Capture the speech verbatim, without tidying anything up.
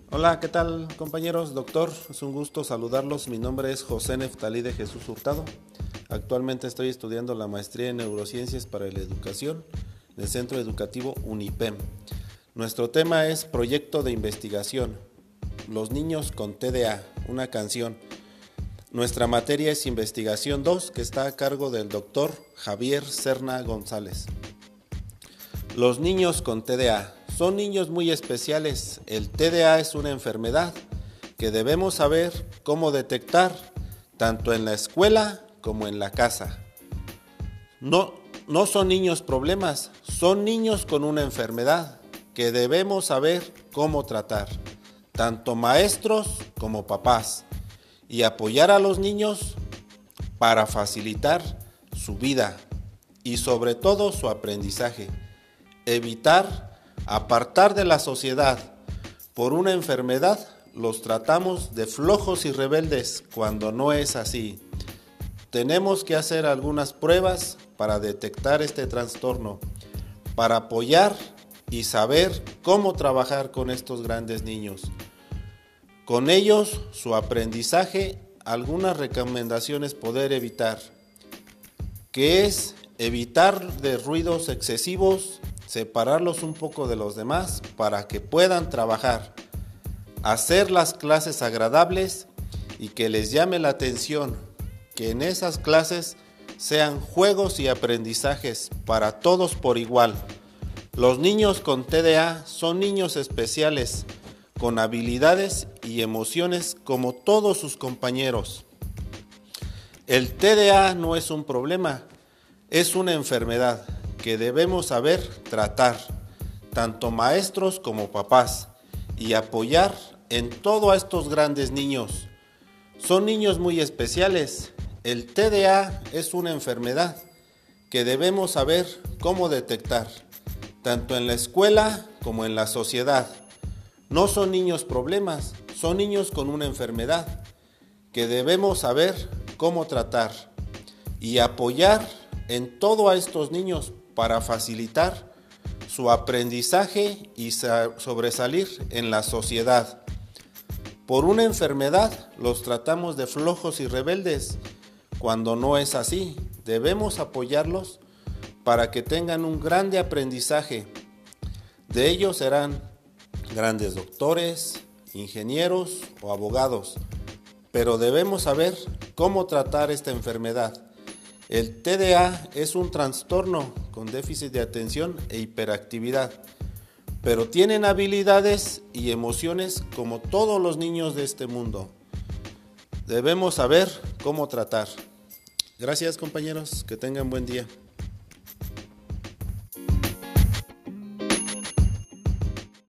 Hola, ¿qué tal compañeros? Doctor, es un gusto saludarlos. Mi nombre es José Neftalí de Jesús Hurtado. Actualmente estoy estudiando la maestría en Neurociencias para la Educación en el Centro Educativo UNIPEM. Nuestro tema es Proyecto de Investigación, Los niños con T D A, una canción. Nuestra materia es Investigación dos, que está a cargo del doctor Javier Serna González. Los niños con T D A son niños muy especiales. El T D A es una enfermedad que debemos saber cómo detectar tanto en la escuela como en la casa. No, no son niños problemas, son niños con una enfermedad que debemos saber cómo tratar, tanto maestros como papás, y apoyar a los niños para facilitar su vida y sobre todo su aprendizaje. Evitar apartar de la sociedad por una enfermedad. Los tratamos de flojos y rebeldes cuando no es así. Tenemos que hacer algunas pruebas para detectar este trastorno, para apoyar y saber cómo trabajar con estos grandes niños. Con ellos, su aprendizaje, algunas recomendaciones poder evitar, que es evitar de ruidos excesivos, separarlos un poco de los demás para que puedan trabajar, hacer las clases agradables y que les llame la atención, que en esas clases sean juegos y aprendizajes para todos por igual. Los niños con T D A son niños especiales, con habilidades y emociones como todos sus compañeros. El T D A no es un problema, es una enfermedad que debemos saber tratar, tanto maestros como papás, y apoyar en todo a estos grandes niños. Son niños muy especiales. El T D A es una enfermedad que debemos saber cómo detectar, tanto en la escuela como en la sociedad. No son niños problemas, son niños con una enfermedad que debemos saber cómo tratar y apoyar en todo a estos niños para facilitar su aprendizaje y sobresalir en la sociedad. Por una enfermedad los tratamos de flojos y rebeldes, cuando no es así. Debemos apoyarlos para que tengan un grande aprendizaje. De ellos serán grandes doctores, ingenieros o abogados, pero debemos saber cómo tratar esta enfermedad. El T D A es un trastorno con déficit de atención e hiperactividad, pero tienen habilidades y emociones como todos los niños de este mundo. Debemos saber cómo tratar. Gracias, compañeros, que tengan buen día.